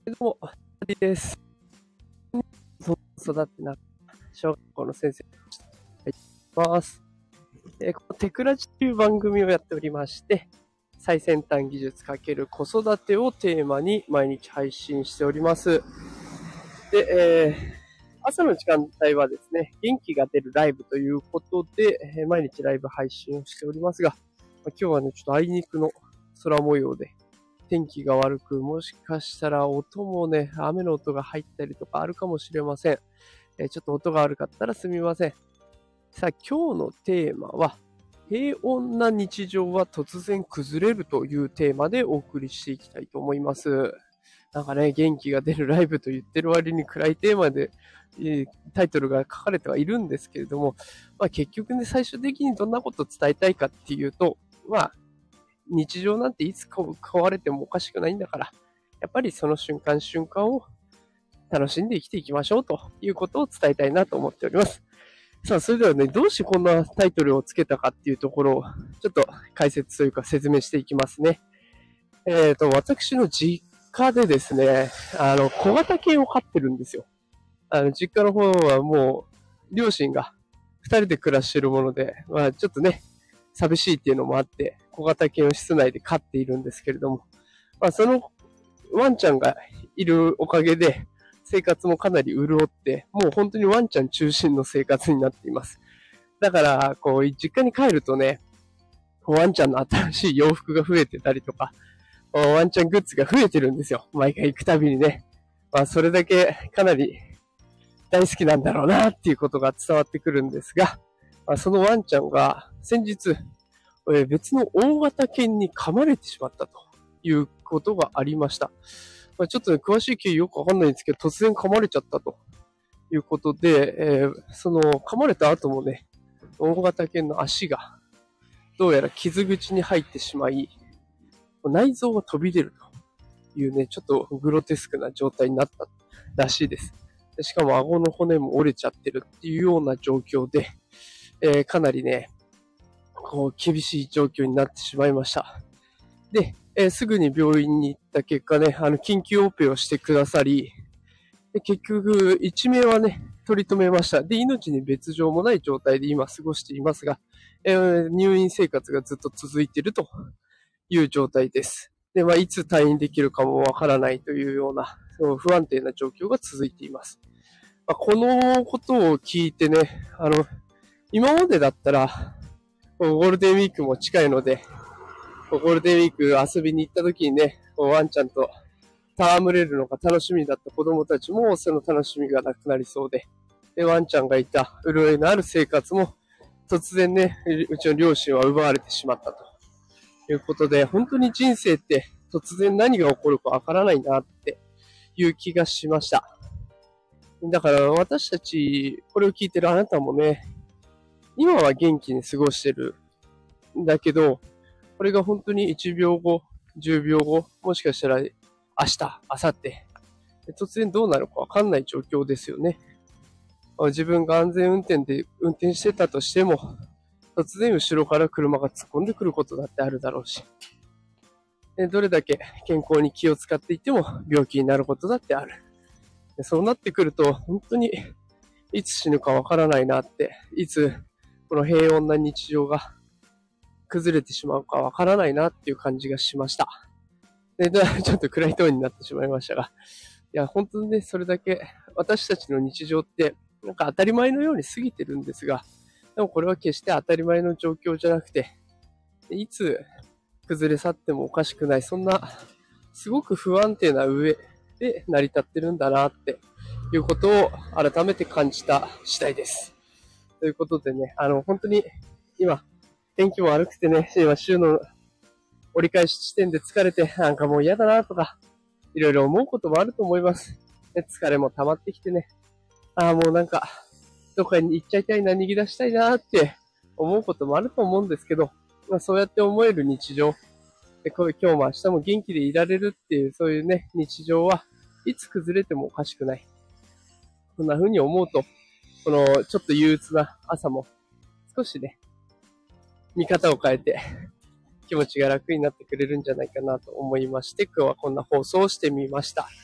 どうも、リです。育ってな、小学校の先生をしています。このテクラジという番組をやっておりまして、最先端技術×子育てをテーマに毎日配信しております。で、朝の時間帯はですね、元気が出るライブということで、毎日ライブ配信をしておりますが、今日はね、ちょっとあいにくの空模様で、天気が悪く、もしかしたら音もね、雨の音が入ったりとかあるかもしれません。ちょっと音が悪かったらすみません。さあ、今日のテーマは、平穏な日常は突然崩れるというテーマでお送りしていきたいと思います。なんかね、元気が出るライブと言ってる割に暗いテーマで、タイトルが書かれてはいるんですけれども、結局ね、最終的にどんなことを伝えたいかっていうと、日常なんていつ変われてもおかしくないんだから、やっぱりその瞬間瞬間を楽しんで生きていきましょうということを伝えたいなと思っております。さあ、それではね、どうしてこんなタイトルをつけたかっていうところを、ちょっと解説というか説明していきますね。私の実家でですね、小型犬を飼ってるんですよ。実家の方はもう、両親が二人で暮らしているもので、ちょっとね、寂しいっていうのもあって、小型犬を室内で飼っているんですけれども、そのワンちゃんがいるおかげで、生活もかなり潤って、もう本当にワンちゃん中心の生活になっています。だから、実家に帰るとね、ワンちゃんの新しい洋服が増えてたりとか、ワンちゃんグッズが増えてるんですよ。毎回行くたびにね。それだけかなり大好きなんだろうなっていうことが伝わってくるんですが、そのワンちゃんが先日、別の大型犬に噛まれてしまったということがありました。ちょっとね、詳しい経緯よくわかんないんですけど、突然噛まれちゃったということで、その噛まれた後もね、大型犬の足がどうやら傷口に入ってしまい、内臓が飛び出るというね、ちょっとグロテスクな状態になったらしいです。しかも顎の骨も折れちゃってるっていうような状況で、かなりね、厳しい状況になってしまいました。で、すぐに病院に行った結果ね、緊急オペをしてくださり、で結局、一命はね、取り留めました。で、命に別状もない状態で今過ごしていますが、入院生活がずっと続いているという状態です。で、いつ退院できるかもわからないというような、不安定な状況が続いています。このことを聞いてね、今までだったら、ゴールデンウィークも近いので、ゴールデンウィーク遊びに行った時にね、ワンちゃんと戯れるのが楽しみだった子供たちもその楽しみがなくなりそうで、ワンちゃんがいた潤いのある生活も突然ね、うちの両親は奪われてしまったということで、本当に人生って突然何が起こるかわからないなっていう気がしました。だから私たち、これを聞いてるあなたもね、今は元気に過ごしてるんだけど、これが本当に1秒後、10秒後、もしかしたら明日、明後日、突然どうなるかわかんない状況ですよね。自分が安全運転で運転してたとしても、突然後ろから車が突っ込んでくることだってあるだろうし、どれだけ健康に気を使っていても病気になることだってある。そうなってくると、本当にいつ死ぬかわからないなって、いつこの平穏な日常が崩れてしまうかわからないなっていう感じがしました。で、ちょっと暗いトーンになってしまいましたが、いや、本当にね、それだけ私たちの日常ってなんか当たり前のように過ぎてるんですが、でもこれは決して当たり前の状況じゃなくて、いつ崩れ去ってもおかしくない、そんなすごく不安定な上で成り立ってるんだなっていうことを改めて感じた次第です。ということでね、本当に今、天気も悪くてね、今週の折り返し地点で疲れて、なんかもう嫌だなとか、いろいろ思うこともあると思います。疲れも溜まってきてね、もうなんか、どこかに行っちゃいたいな、逃げ出したいなって思うこともあると思うんですけど、そうやって思える日常、で今日も明日も元気でいられるっていう、そういうね、日常はいつ崩れてもおかしくない。そんな風に思うと、このちょっと憂鬱な朝も少しね、見方を変えて気持ちが楽になってくれるんじゃないかなと思いまして、今日はこんな放送をしてみました。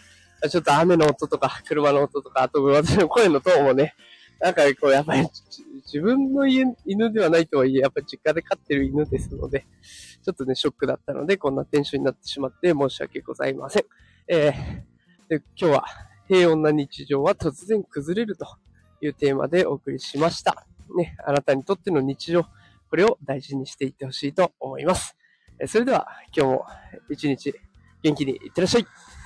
ちょっと雨の音とか、車の音とか、あと私の声のトーンもね、なんかこう、やっぱり自分の犬ではないとはいえ、やっぱり実家で飼ってる犬ですので、ちょっとね、ショックだったので、こんなテンションになってしまって申し訳ございません。で今日は、平穏な日常は突然崩れるというテーマでお送りしました。ね、あなたにとっての日常、これを大事にしていってほしいと思います。それでは、今日も一日元気にいってらっしゃい。